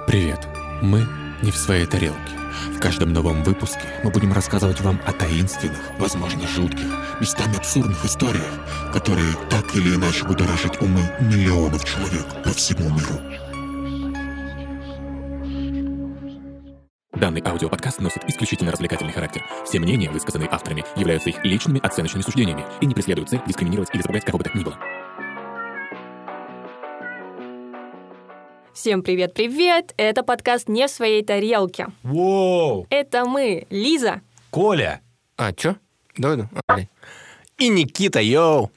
Привет, мы не в своей тарелке. В каждом новом выпуске мы будем рассказывать вам о таинственных, возможно, жутких, местами абсурдных историях, которые так или иначе будоражат умы миллионов человек по всему миру. Данный аудиоподкаст носит исключительно развлекательный характер. Все мнения, высказанные авторами, являются их личными оценочными суждениями и не преследуют цель дискриминировать или запугать кого бы то ни было. Всем привет-привет! Это подкаст «Не в своей тарелке». Воу! Это мы, Лиза. Коля! А, чё? Давай. И Никита, йоу!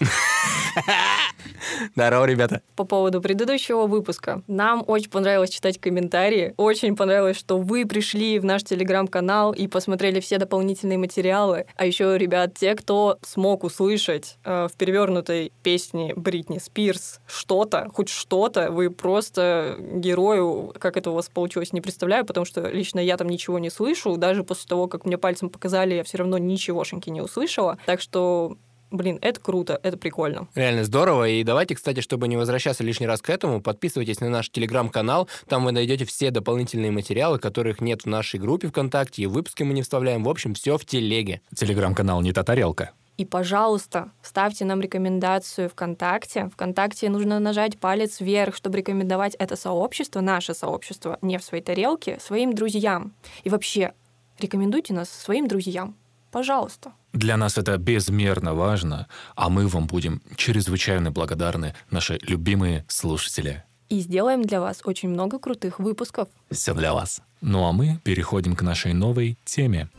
Здорово, ребята. По поводу предыдущего выпуска. Нам очень понравилось читать комментарии. Очень понравилось, что вы пришли в наш телеграм-канал и посмотрели все дополнительные материалы. А еще, ребят, те, кто смог услышать в перевернутой песне Бритни Спирс что-то, хоть что-то, вы просто герою, как это у вас получилось, не представляю, потому что лично я там ничего не слышу. Даже после того, как мне пальцем показали, я все равно ничегошеньки не услышала. Так что... Блин, это круто, это прикольно. Реально здорово. И давайте, кстати, чтобы не возвращаться лишний раз к этому, подписывайтесь на наш телеграм-канал. Там вы найдете все дополнительные материалы, которых нет в нашей группе ВКонтакте, и выпуски мы не вставляем. В общем, все в телеге. Телеграм-канал «Не та тарелка». И, пожалуйста, ставьте нам рекомендацию ВКонтакте. ВКонтакте нужно нажать палец вверх, чтобы рекомендовать это сообщество, наше сообщество «Не в своей тарелке», своим друзьям. И вообще, рекомендуйте нас своим друзьям. Пожалуйста. Для нас это безмерно важно, а мы вам будем чрезвычайно благодарны, наши любимые слушатели. И сделаем для вас очень много крутых выпусков. Все для вас. Ну а мы переходим к нашей новой теме.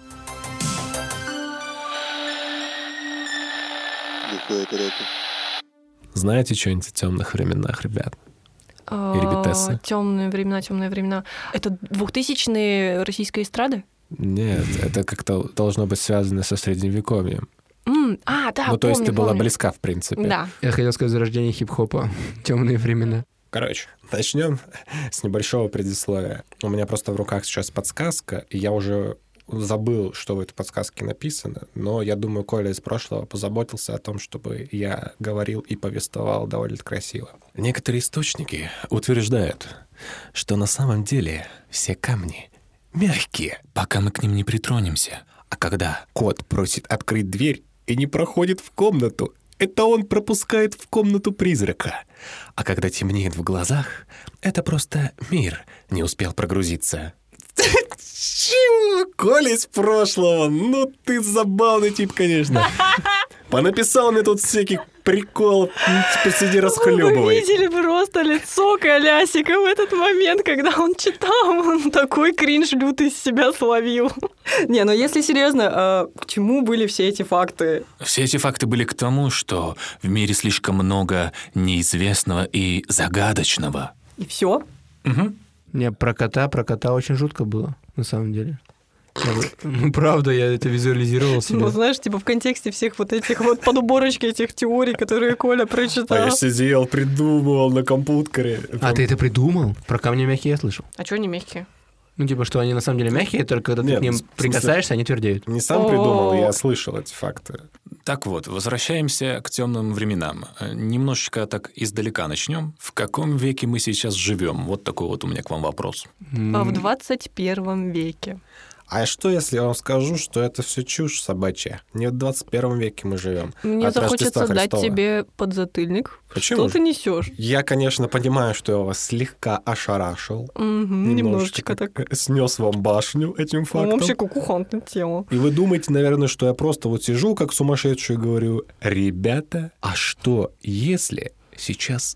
Знаете что-нибудь о темных временах, ребят? И ребятессы? Темные времена. Это 2000-е российской эстрады? Нет, это как-то должно быть связано со Средневековьем. Да, ну, то есть ты была близка, в принципе. Да. Я хотел сказать зарождение хип-хопа. Темные времена. Короче, начнем с небольшого предисловия. У меня просто в руках сейчас подсказка, и я уже забыл, что в этой подсказке написано, но я думаю, Коля из прошлого позаботился о том, чтобы я говорил и повествовал довольно красиво. Некоторые источники утверждают, что на самом деле все камни мягкие, Пока мы к ним не притронемся. а когда кот просит открыть дверь и не проходит в комнату, это он пропускает в комнату призрака. А когда темнеет в глазах, это просто мир не успел прогрузиться. Чего? Коля из прошлого? Ну ты забавный тип, конечно. Понаписал мне тут всяких приколов, теперь сиди расхлебывай. Вы видели просто лицо Колясика в этот момент, когда он читал, он такой кринж лютый из себя словил. Не, ну если серьезно, к чему были все эти факты? Все эти факты были к тому, что в мире слишком много неизвестного и загадочного. И все? Угу. Не, про кота очень жутко было, на самом деле. Ну, правда, я это визуализировал себе. Ну, знаешь, типа в контексте всех вот этих вот подуборочки этих теорий, которые Коля прочитал. А я сидел, придумывал на компьютере. А ты это придумал? Про камни мягкие я слышал. А чё они мягкие? Ну, типа, что они на самом деле мягкие, только когда ты к ним прикасаешься, они твердеют. Не сам придумал, я слышал эти факты. Так вот, возвращаемся к темным временам. Немножечко так издалека начнем. В каком веке мы сейчас живем? Вот такой вот у меня к вам вопрос. А в 21 веке. А что, если я вам скажу, что это все чушь собачья? Не в 21 веке мы живем. Мне захочется дать тебе подзатыльник. Почему? Что ты несешь? Я, конечно, понимаю, что я вас слегка ошарашил. Немножечко так. Снес вам башню этим фактом. Вообще кукухонтная тема. И вы думаете, наверное, что я просто вот сижу как сумасшедший и говорю: ребята, а что, если сейчас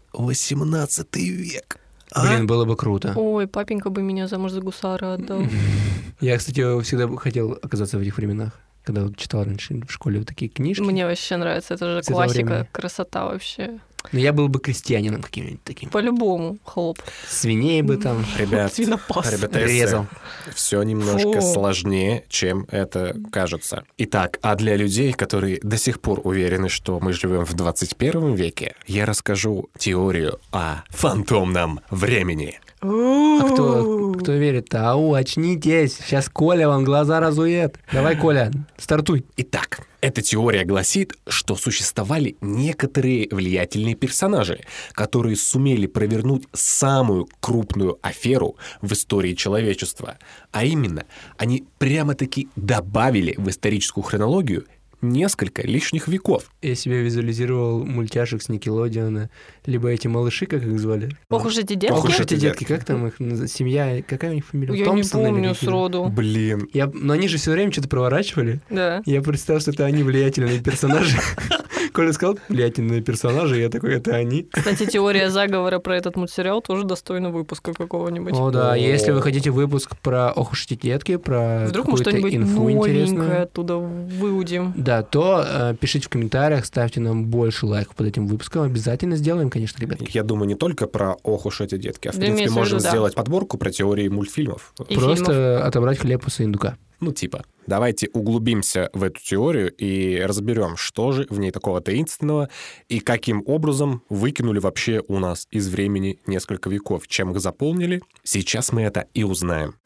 18 век? Блин, было бы круто. Ой, папенька бы меня замуж за гусара отдал. Я, кстати, всегда хотел оказаться в этих временах, когда вот читал раньше в школе вот такие книжки. Мне вообще нравится, это же С этого классика, времени. красота вообще. Но я был бы крестьянином каким-нибудь таким. По-любому, хлоп. Свиней бы там Ребят, Свинопас. резал. все немножко Фу. сложнее, чем это кажется. Итак, а для людей, которые до сих пор уверены, что мы живем в 21 веке, я расскажу теорию о фантомном времени. А кто верит-то? Ау, очнитесь! Сейчас Коля вам глаза разует. Давай, Коля, стартуй. Итак, Эта теория гласит, что существовали некоторые влиятельные персонажи, которые сумели провернуть самую крупную аферу в истории человечества. А именно, они прямо-таки добавили в историческую хронологию несколько лишних веков. Я себе визуализировал мультяшек с Никелодеона, либо эти малыши, как их звали? Ох уж эти детки. Ох уж эти детки, как там их семья, какая у них фамилия? Я Томпсон не или помню какие-то? сроду. Блин. Но они же все время что-то проворачивали. Да. Я представил, что это они влиятельные персонажи. Коля сказал влиятельные персонажи, я такой, это они. Кстати, теория заговора про этот мультсериал тоже достойна выпуска какого-нибудь. О, да, если вы хотите выпуск про ох уж эти детки, про Вдруг мы какую-то что-нибудь инфу новенькое интересную, оттуда выудим. да, то пишите в комментариях, ставьте нам больше лайков под этим выпуском. Обязательно сделаем, конечно, ребят. Я думаю, не только про ох уж эти детки, а в Да, принципе имеется в можем виду, да. сделать подборку про теории мультфильмов. И Просто фильмов. отобрать хлеб у Саиндука. Ну, типа. Давайте углубимся в эту теорию и разберем, что же в ней такого таинственного и каким образом выкинули вообще у нас из времени несколько веков. Чем их заполнили, сейчас мы это и узнаем.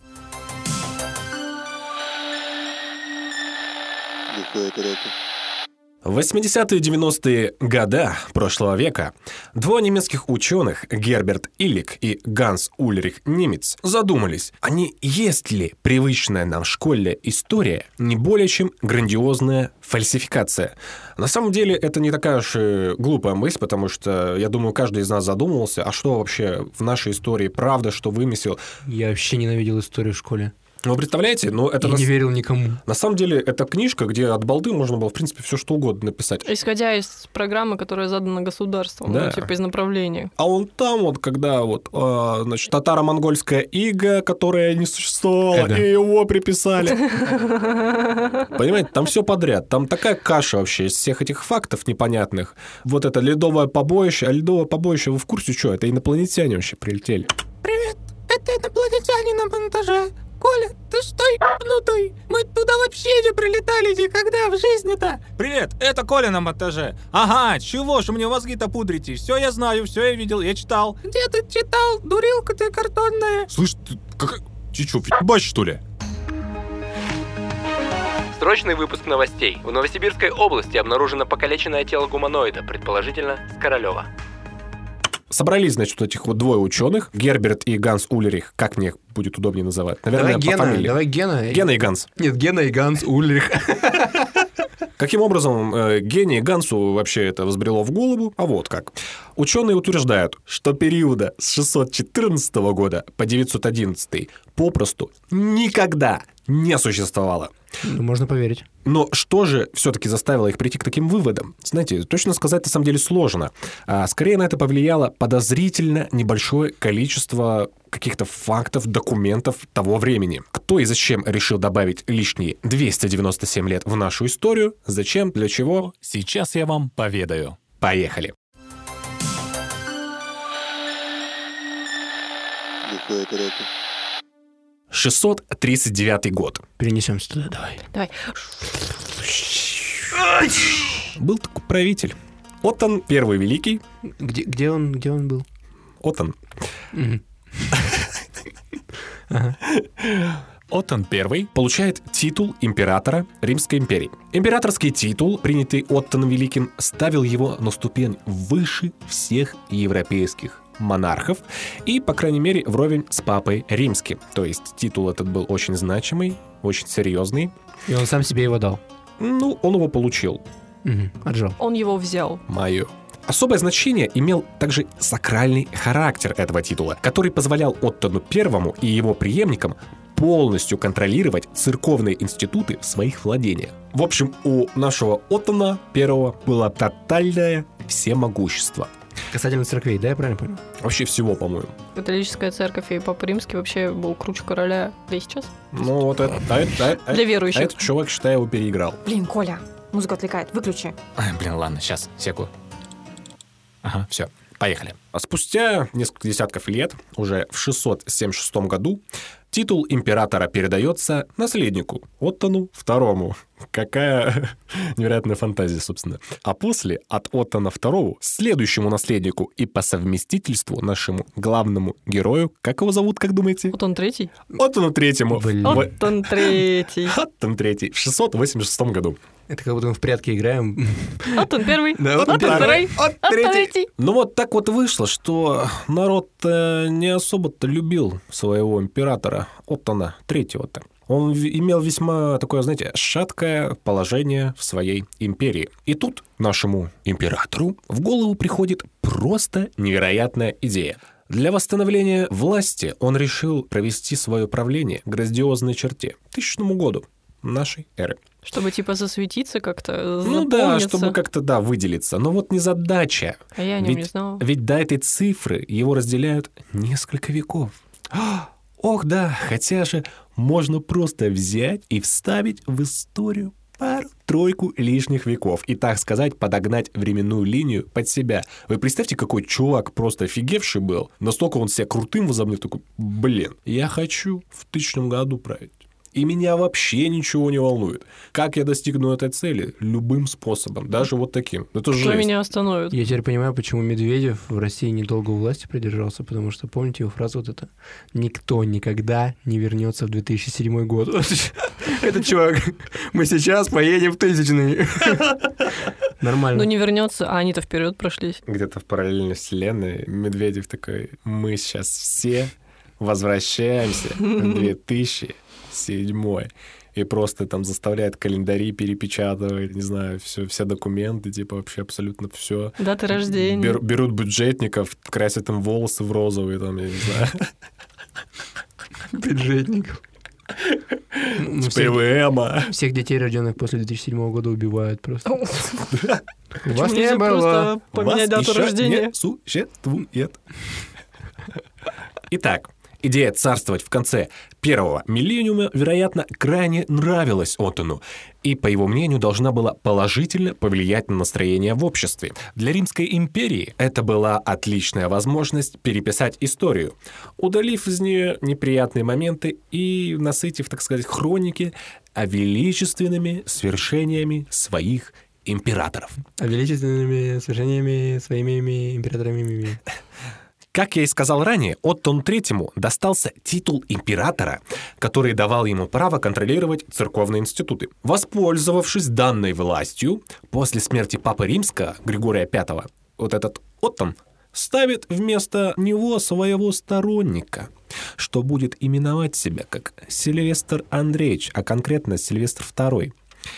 В 80-е и 90-е годы прошлого века двое немецких ученых, Герберт Иллик и Ганс Ульрих Нимец, задумались, а не есть ли привычная нам в школе история не более чем грандиозная фальсификация. На самом деле это не такая уж и глупая мысль, потому что, я думаю, каждый из нас задумывался, а что вообще в нашей истории правда, что вымысел. Я вообще ненавидел историю в школе. Вы представляете? Ну, это Я не верил никому. на самом деле, это книжка, где от балды можно было, в принципе, все что угодно написать. Исходя из программы, которая задана государством, Да. ну, типа из направления. А он там вот, когда вот, значит, татаро-монгольская ига, которая не существовала, Эго. и его приписали. Понимаете, там все подряд. Там такая каша вообще из всех этих фактов непонятных. Вот это ледовое побоище. А ледовое побоище, вы в курсе, что? Это инопланетяне вообще прилетели. Привет, это инопланетяне на монтаже. Коля, ты что, ебанутый? Мы туда вообще не прилетали никогда в жизни-то. Привет, это Коля на монтаже. Ага, чего ж мне мозги-то пудрите? Все я знаю, все я видел, я читал. Где ты читал, дурилка ты картонная? Слышь, ты что, ебать, что ли? Срочный выпуск новостей. В Новосибирской области обнаружено покалеченное тело гуманоида, предположительно с Королева. Собрались, значит, вот этих вот двое ученых, Герберт и Ганс Ульрих, как мне их будет удобнее называть? Наверное, по фамилии. Давай Гена. Гена и Ганс. Нет, Гена и Ганс Ульрих. Каким образом Гене и Гансу вообще это взбрело в голову? А вот как. Ученые утверждают, что периода с 614 года по 911 попросту никогда не существовало. Ну, можно поверить. Но что же все-таки заставило их прийти к таким выводам? Знаете, точно сказать на самом деле сложно. Скорее на это повлияло подозрительно небольшое количество каких-то фактов, документов того времени. Кто и зачем решил добавить лишние 297 лет в нашу историю? Зачем? Для чего? Сейчас я вам поведаю. Поехали. 639 год. Перенесемся туда, давай. Давай. Был такой правитель. Оттон Первый Великий. Где он был? Оттон. Мгм. Оттон I. Получает титул императора Римской империи. Императорский титул, принятый Оттоном Великим, ставил его на ступень выше всех европейских монархов и, по крайней мере, вровень с Папой Римским. То есть титул этот был очень значимый, очень серьезный. И он сам себе его дал. Ну, он его получил. Отжал. Он его взял. Мое. Особое значение имел также сакральный характер этого титула, который позволял Оттону I и его преемникам полностью контролировать церковные институты в своих владениях. В общем, у нашего Оттона I было тотальное всемогущество. Касательно церквей, да, я правильно понял? Вообще всего, по-моему. Католическая церковь и Папа Римский вообще был круче короля. Да и сейчас. Ну, вот это... Для верующих. этот чувак, считай, его переиграл. Блин, Коля, музыка отвлекает, выключи. Блин, ладно, сейчас, секу. Ага, все, поехали. А спустя несколько десятков лет, уже в 676 году, титул императора передается наследнику, Оттону II. Какая невероятная фантазия, собственно. А после от Оттона II, следующему наследнику и по совместительству нашему главному герою, как его зовут, как думаете? Вот он третий. Оттону III. Оттон третий. Оттон III в 686 году. Это как будто мы в прятки играем. Оттон первый. Да, Оттон второй. Оттон третий. Ну вот так вот вышло, что народ не особо-то любил своего императора Оттона III-то. Он имел весьма такое, знаете, шаткое положение в своей империи. И тут нашему императору в голову приходит просто невероятная идея. Для восстановления власти он решил провести свое правление к грандиозной черте, 1000 году нашей эры. Чтобы типа засветиться как-то, Ну да, запомниться. чтобы как-то, да, выделиться. Но вот не задача. А я о нем не знала. Ведь до этой цифры его разделяют несколько веков. Ох, да, хотя же можно просто взять и вставить в историю пару-тройку лишних веков и, так сказать, подогнать временную линию под себя. Вы представьте, какой чувак просто офигевший был. Настолько он себя крутым возомнил, такой, блин, я хочу в 1000 году править. И меня вообще ничего не волнует. Как я достигну этой цели? Любым способом, даже вот таким. Это Кто жесть. меня остановит? Я теперь понимаю, почему Медведев в России недолго у власти продержался, потому что, помните его фразу вот это? «Никто никогда не вернется в 2007 год». Этот чувак, мы сейчас поедем в 1000-й. Нормально. Ну не вернется, а они-то вперед прошлись. Где-то в параллельной вселенной Медведев такой, мы сейчас все возвращаемся в 2007 и просто там заставляет календари перепечатывать, не знаю, все документы, типа вообще абсолютно все. Даты рождения. Берут бюджетников, красят им волосы в розовые, там, я не знаю. Бюджетников. С ПВМа. Всех детей, рожденных после 2007 года, убивают просто. У вас Почему не нельзя было. просто поменять Вас дату еще рождения? не существует. Итак, идея царствовать в конце первого миллениума, вероятно, крайне нравилась Оттону и, по его мнению, должна была положительно повлиять на настроение в обществе. Для Римской империи это была отличная возможность переписать историю, удалив из нее неприятные моменты и насытив, так сказать, хроники величественными свершениями своих императоров. А величественными свершениями своими императорами. Как я и сказал ранее, Оттону III достался титул императора, который давал ему право контролировать церковные институты. Воспользовавшись данной властью, после смерти Папы Римского Григория V, вот этот Оттон ставит вместо него своего сторонника, что будет именовать себя как Сильвестр Андреевич, а конкретно Сильвестр II.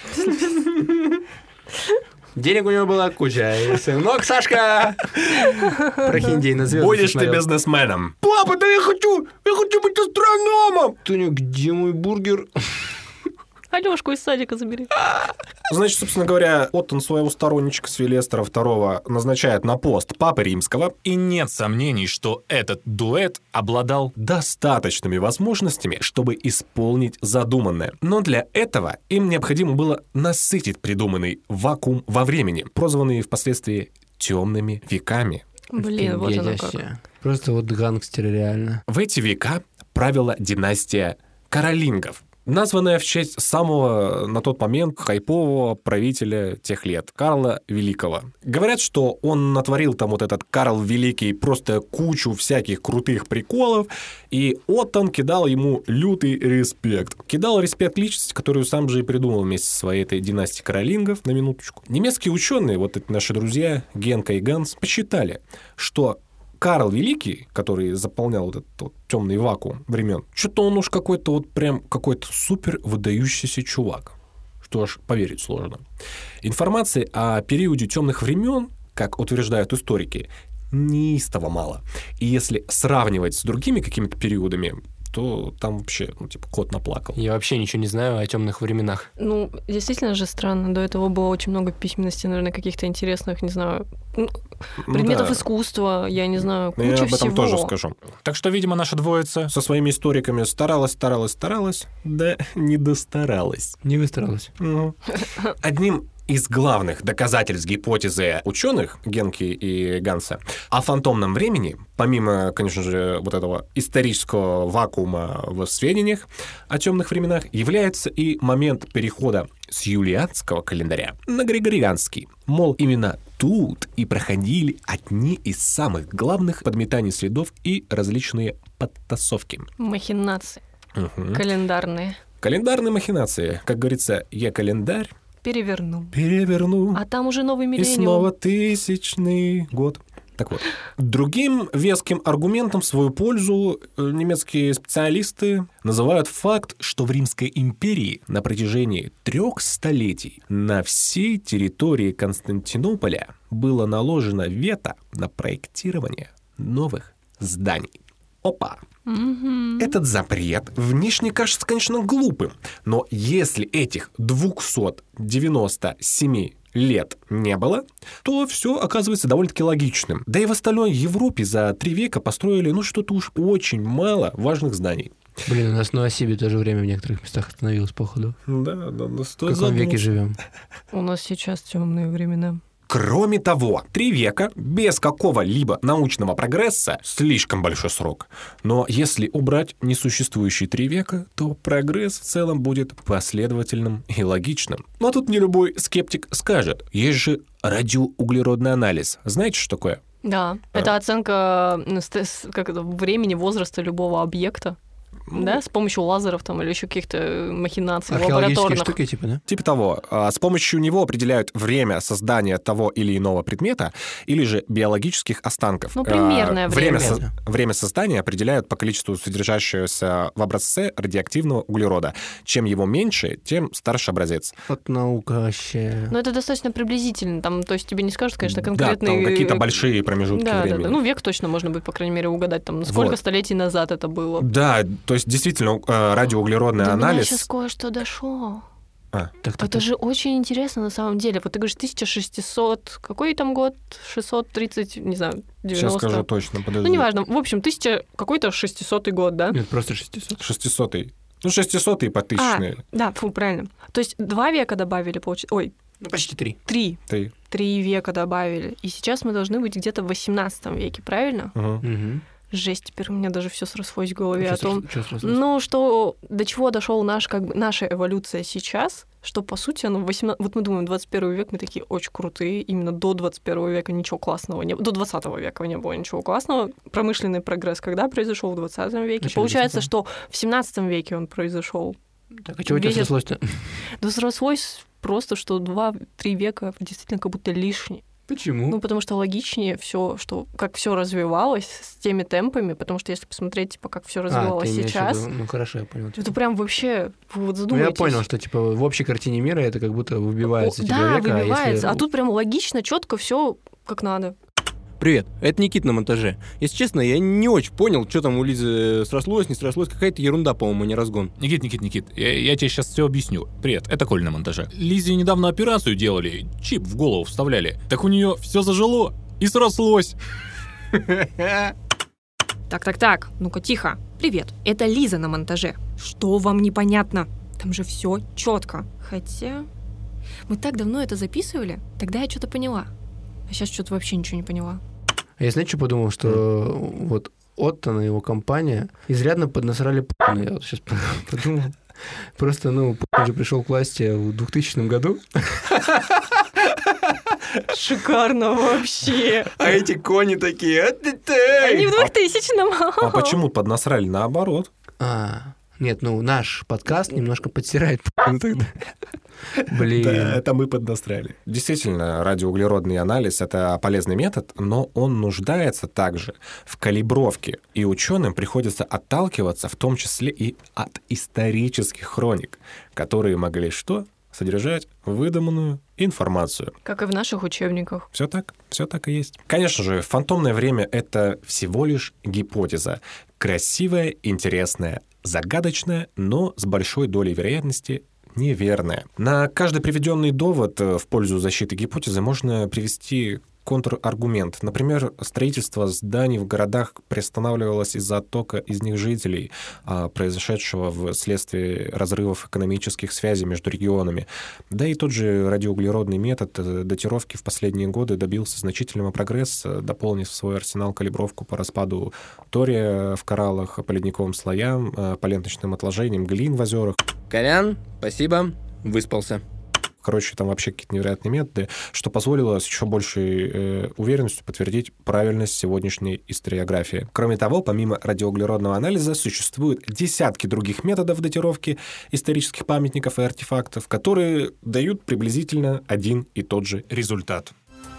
Денег у него была куча. И сынок, Сашка! Прохиндей на звезды. Будешь ты бизнесменом. Папа, да я хочу быть астрономом! Тоня, где мой бургер? Алёшку из садика забери. Значит, собственно говоря, Оттон своего сторонничка Сильвестра II назначает на пост Папы Римского. И нет сомнений, что этот дуэт обладал Достаточными возможностями, чтобы исполнить задуманное. Но для этого им необходимо было насытить придуманный вакуум во времени, прозванный впоследствии темными веками. Блин, вот оно как. Просто вот гангстеры реально. В эти века правила династия каролингов, названная в честь самого на тот момент хайпового правителя тех лет, Карла Великого. Говорят, что он натворил там вот этот Карл Великий просто кучу всяких крутых приколов, и Оттон кидал ему лютый респект. Кидал респект личности, которую сам же и придумал вместе со своей этой династией каролингов, на минуточку. Немецкие ученые, вот эти наши друзья Генка и Ганс, посчитали, что Карл Великий, который заполнял вот этот вот темный вакуум времен, что-то он уж какой-то вот прям какой-то супер выдающийся чувак, что аж поверить сложно. Информации о периоде темных времен, как утверждают историки, неистово мало. И если сравнивать с другими какими-то периодами, то там вообще, кот наплакал. Я вообще ничего не знаю о темных временах. Ну, действительно же странно. До этого было очень много письменности, наверное, каких-то интересных, не знаю, предметов искусства, я не знаю, куча Я об этом всего. тоже скажу. Так что, видимо, наша двоица... Со своими историками старалась, да не достаралась. Не выстаралась. Одним из главных доказательств гипотезы ученых Генки и Ганса о фантомном времени, помимо, конечно же, вот этого исторического вакуума в сведениях о темных временах, является и момент перехода с юлианского календаря на григорианский. Мол, именно тут и проходили одни из самых главных подметаний следов и различные подтасовки. Махинации. Угу. Календарные. Календарные махинации. Как говорится, я календарь Переверну. А там уже новый и миллениум. снова 1000 год. Так вот, другим веским аргументом в свою пользу немецкие специалисты называют факт, что в Римской империи на протяжении 3 столетий на всей территории Константинополя было наложено вето на проектирование новых зданий. Опа! Этот запрет внешне кажется, конечно, глупым, но если этих 297 лет не было, то все оказывается довольно-таки логичным. Да и в остальной Европе за 3 века построили, что-то уж очень мало важных зданий. Блин, у нас в Новосибе тоже время в некоторых местах остановилось, походу. Да, В каком веке живем? У нас сейчас темные времена. Кроме того, 3 века без какого-либо научного прогресса — слишком большой срок. Но если убрать несуществующие 3 века, то прогресс в целом будет последовательным и логичным. Но тут не любой скептик скажет, есть же радиоуглеродный анализ. Знаете, что такое? Да, это оценка времени, возраста любого объекта. Да, с помощью лазеров там или еще каких-то махинаций Археологические лабораторных. штуки, типа, да? Типа того. С помощью него определяют время создания того или иного предмета или же биологических останков. Примерное время. Время создания определяют по количеству содержащегося в образце радиоактивного углерода. Чем его меньше, тем старше образец. Вот наука вообще. Но это достаточно приблизительно. Там, то есть тебе не скажут, конечно, конкретные... Да, там какие-то большие промежутки времени. Да. Век точно можно будет, по крайней мере, угадать, там, сколько столетий назад это было. Да, то есть действительно радиоуглеродный До анализ... меня сейчас кое-что дошло. Так. Это же очень интересно на самом деле. Вот ты говоришь 1600... Какой там год? 630, не знаю, 90... Сейчас скажу точно, подожди. Неважно. В общем, какой-то 600-й год, да? Нет, просто 600. 600-й. 600-й по 1000-й. Да, правильно. То есть 2 века добавили, получается... Ой, почти 3. 3. 3 века добавили. И сейчас мы должны быть где-то в 18 веке, правильно? Угу. Жесть, теперь у меня даже все срослось в голове Что о том, срослось? что до чего дошел наша эволюция сейчас, что, по сути, вот мы думаем, 21 век, мы такие очень крутые, именно до 21 века ничего классного не было, до 20 века не было ничего классного. Промышленный прогресс когда произошел? В 20 веке. Начале Получается, 20-го. что в 17 веке он произошел. Так, а чего у тебя срослось-то? Да срослось просто, что 2-3 века действительно как будто лишние. Почему? Потому что логичнее все, как все развивалось с теми темпами, потому что если посмотреть, типа, как все развивалось сейчас, хорошо, я понял. это прям вообще, вы вот задумайтесь. Я понял, что типа в общей картине мира это как будто выбивается Да, века, выбивается, а тут прям логично, четко все как надо. Привет, это Никит на монтаже. Если честно, я не очень понял, что там у Лизы срослось, не срослось. Какая-то ерунда, по-моему, не разгон. Никит, я тебе сейчас все объясню. Привет, это Коля на монтаже. Лизе недавно операцию делали, чип в голову вставляли. Так у нее все зажило и срослось. Так, ну-ка тихо. Привет, это Лиза на монтаже. Что вам непонятно? Там же все четко. Хотя мы так давно это записывали, тогда я что-то поняла. А сейчас что-то вообще ничего не поняла. Я, знаете, что подумал, что вот Оттон и его компания изрядно поднасрали Путина. Я вот сейчас подумал. Просто, Путин же пришел к власти в 2000 году. Шикарно вообще. А эти кони такие... Они в 2000-м. А почему поднасрали? Наоборот. Нет, наш подкаст немножко подстирает Путина тогда. Блин. Да, это мы поднастряли. Действительно, радиоуглеродный анализ — это полезный метод, но он нуждается также в калибровке, и ученым приходится отталкиваться в том числе и от исторических хроник, которые могли что? Содержать выдуманную информацию. Как и в наших учебниках. Все так и есть. Конечно же, фантомное время — это всего лишь гипотеза. Красивая, интересная, загадочная, но с большой долей вероятности неверная. На каждый приведенный довод в пользу защиты гипотезы можно привести контраргумент. Например, строительство зданий в городах приостанавливалось из-за оттока из них жителей, произошедшего вследствие разрывов экономических связей между регионами. Да и тот же радиоуглеродный метод датировки в последние годы добился значительного прогресса, дополнив свой арсенал калибровку по распаду тория в кораллах, по ледниковым слоям, по ленточным отложениям глин в озерах. Колян, спасибо, выспался. Короче, там вообще какие-то невероятные методы, что позволило с еще большей уверенностью подтвердить правильность сегодняшней историографии. Кроме того, помимо радиоуглеродного анализа, существуют десятки других методов датировки исторических памятников и артефактов, которые дают приблизительно один и тот же результат.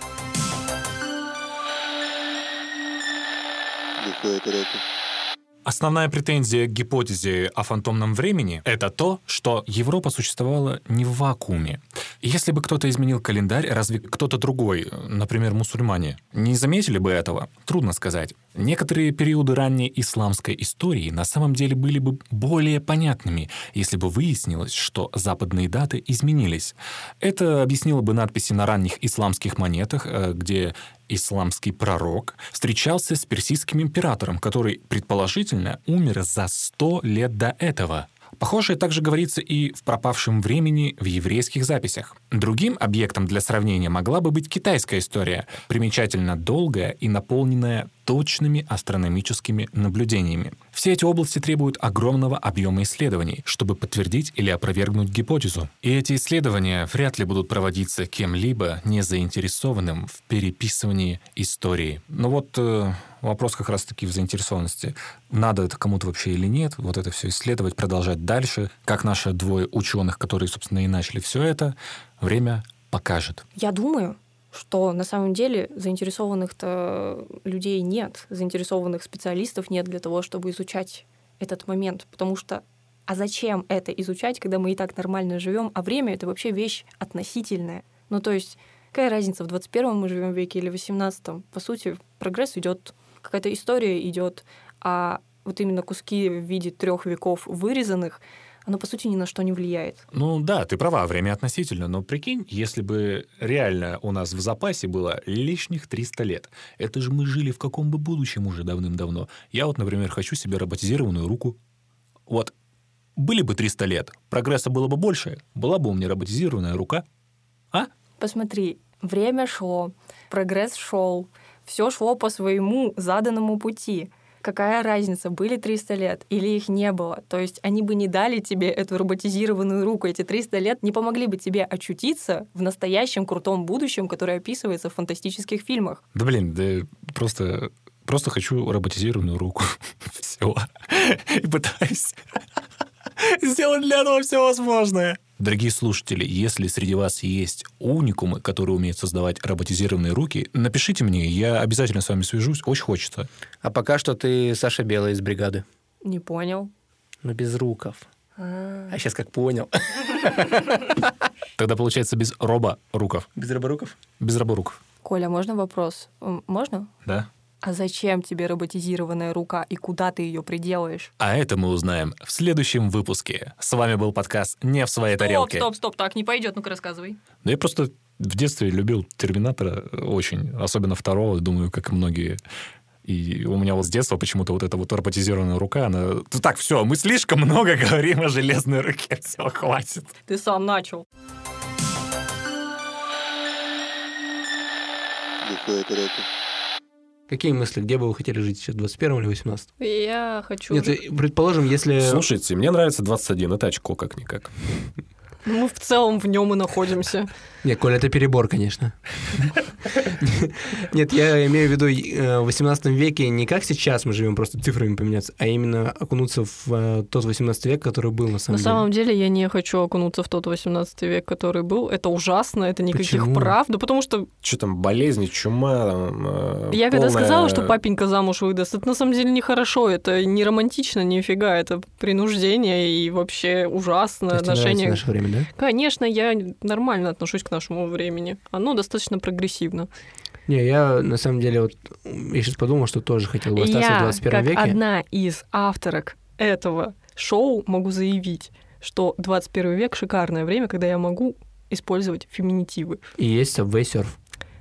Основная претензия к гипотезе о фантомном времени — это то, что Европа существовала не в вакууме. Если бы кто-то изменил календарь, разве кто-то другой, например, мусульмане, не заметили бы этого? Трудно сказать. Некоторые периоды ранней исламской истории на самом деле были бы более понятными, если бы выяснилось, что западные даты изменились. Это объяснило бы надписи на ранних исламских монетах, где исламский пророк встречался с персидским императором, который, предположительно, умер за 100 лет до этого. Похожее также говорится и в пропавшем времени в еврейских записях. Другим объектом для сравнения могла бы быть китайская история, примечательно долгая и наполненная точными астрономическими наблюдениями. Все эти области требуют огромного объема исследований, чтобы подтвердить или опровергнуть гипотезу. И эти исследования вряд ли будут проводиться кем-либо не заинтересованным в переписывании истории. Но вот вопрос как раз-таки в заинтересованности. Надо это кому-то вообще или нет, вот это все исследовать, продолжать дальше. Как наши двое ученых, которые, собственно, и начали все это, время покажет. Я думаю, что на самом деле заинтересованных-то людей нет, заинтересованных специалистов нет для того, чтобы изучать этот момент. Потому что а зачем это изучать, когда мы и так нормально живем, а время — это вообще вещь относительная. Ну, то есть какая разница, в 21-м мы живем веке или в 18-м? По сути, прогресс идет, какая-то история идет, а вот именно куски в виде 3 веков вырезанных, оно, по сути, ни на что не влияет. Ну да, ты права, время относительно, но прикинь, если бы реально у нас в запасе было лишних 300 лет. Это же мы жили в каком бы будущем уже давным-давно. Я вот, например, хочу себе роботизированную руку. Вот, были бы 300 лет, прогресса было бы больше, была бы у меня роботизированная рука. А? Посмотри, время шло, прогресс шел, все шло по своему заданному пути. Какая разница, были 300 лет или их не было? То есть они бы не дали тебе эту роботизированную руку. Эти 300 лет не помогли бы тебе очутиться в настоящем крутом будущем, которое описывается в фантастических фильмах. Да блин, да просто хочу роботизированную руку. Все. И пытаюсь сделать для этого все возможное. Дорогие слушатели, если среди вас есть уникумы, которые умеют создавать роботизированные руки, напишите мне, я обязательно с вами свяжусь, очень хочется. А пока что ты Саша Белая из бригады. Не понял. Ну, без руков. А сейчас как понял. Тогда получается без роборуков. Без роборуков? Без роборуков. Коля, можно вопрос? Можно? Да. А зачем тебе роботизированная рука и куда ты ее приделаешь? А это мы узнаем в следующем выпуске. С вами был подкаст «Не в своей тарелке». Стоп, так не пойдет, ну-ка рассказывай. Да я просто в детстве любил «Терминатора» очень, особенно второго, думаю, как и многие. И у меня вот с детства почему-то вот эта вот роботизированная рука, она... Так, все, мы слишком много говорим о железной руке, все, хватит. Ты сам начал. Какие мысли? Где бы вы хотели жить сейчас, 21 или 18? Я хочу... Нет, предположим, если... Слушайте, мне нравится 21, это очко как-никак. Мы в целом в нем и находимся. Нет, Коля, это перебор, конечно. Нет, я имею в виду в 18 веке не как сейчас мы живем, просто цифрами поменяться, а именно окунуться в тот 18 век, который был на самом деле. На самом деле я не хочу окунуться в тот 18 век, который был. Это ужасно, это никаких Почему? прав. Да потому что... Что там, болезни, чума, Я когда полная- сказала, что папенька замуж выдаст, это на самом деле нехорошо, это не романтично нифига, это принуждение и вообще То ужасное есть тебе нравится отношение. наше время, да? Конечно, я нормально отношусь к нашему времени. Оно достаточно прогрессивно. Не, я на самом деле вот я сейчас подумал, что тоже хотел бы остаться в Я, 21 как веке. одна из авторок этого шоу, могу заявить, что 21 век — шикарное время, когда я могу использовать феминитивы. И есть Subway Surf.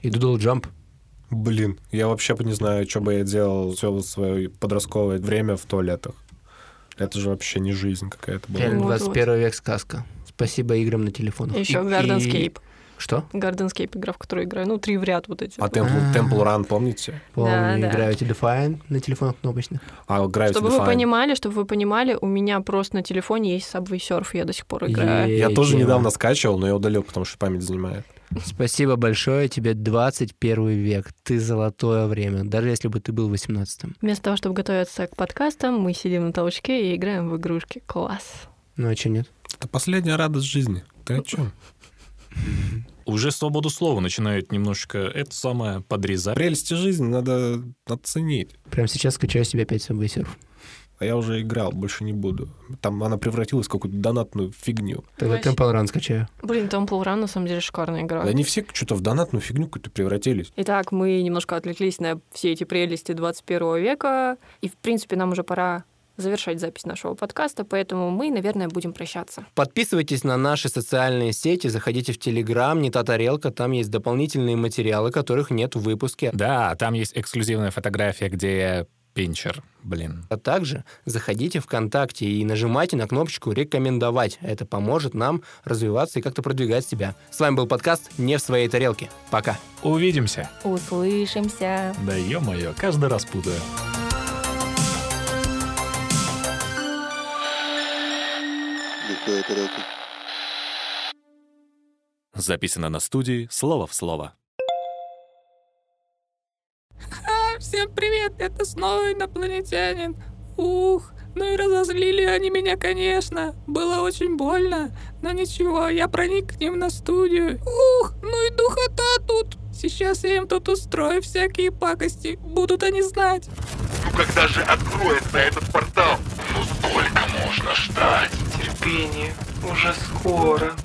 И Doodle Jump. Блин, я вообще не знаю, что бы я делал все свое подростковое время в туалетах. Это же вообще не жизнь какая-то была. Реально, Вот, 21 век сказка. Спасибо играм на телефонах. Еще Gardenscape. Что? Gardenscape игра, в которую играю. Ну, 3 в ряд вот эти. А Temple Run, помните? Помню, Да. Gravity Define на телефонах кнопочных. А Gravity Чтобы Define. вы понимали, у меня просто на телефоне есть Subway Surf, я до сих пор играю. Я тоже Тема. недавно скачивал, но я удалил, потому что память занимает. Спасибо большое тебе, 21 век. Ты золотое время, даже если бы ты был 18-м. Вместо того, чтобы готовиться к подкастам, мы сидим на толчке и играем в игрушки. Класс. Ну а что нет? Это последняя радость жизни. Ты о чем? Уже свободу слова начинают немножко это самое подрезать. Прелести жизни надо оценить. Прямо сейчас скачаю себе опять Subway Surf. А я уже играл, больше не буду. Там она превратилась в какую-то донатную фигню. Тогда Вообще. Temple Run скачаю. Блин, Temple Run на самом деле шикарная игра. Они все что-то в донатную фигню какую-то превратились. Итак, мы немножко отвлеклись на все эти прелести 21 века, и, в принципе, нам уже пора завершать запись нашего подкаста, поэтому мы, наверное, будем прощаться. Подписывайтесь на наши социальные сети, заходите в Телеграм, не та тарелка, там есть дополнительные материалы, которых нет в выпуске. Да, там есть эксклюзивная фотография, где я пинчер, блин. А также заходите в ВКонтакте и нажимайте на кнопочку «Рекомендовать». Это поможет нам развиваться и как-то продвигать себя. С вами был подкаст «Не в своей тарелке». Пока. Увидимся. Услышимся. Да ё-моё, каждый раз путаю. Записано на студии «Слово в слово». Всем привет, это снова инопланетянин. Ух, ну и разозлили они меня, конечно. Было очень больно, но ничего, я проник к ним на студию. Ух, ну и духота тут. Сейчас я им тут устрою всякие пакости, будут они знать. Ну когда же откроется этот портал? Ну сколько можно ждать? Терпение, уже скоро.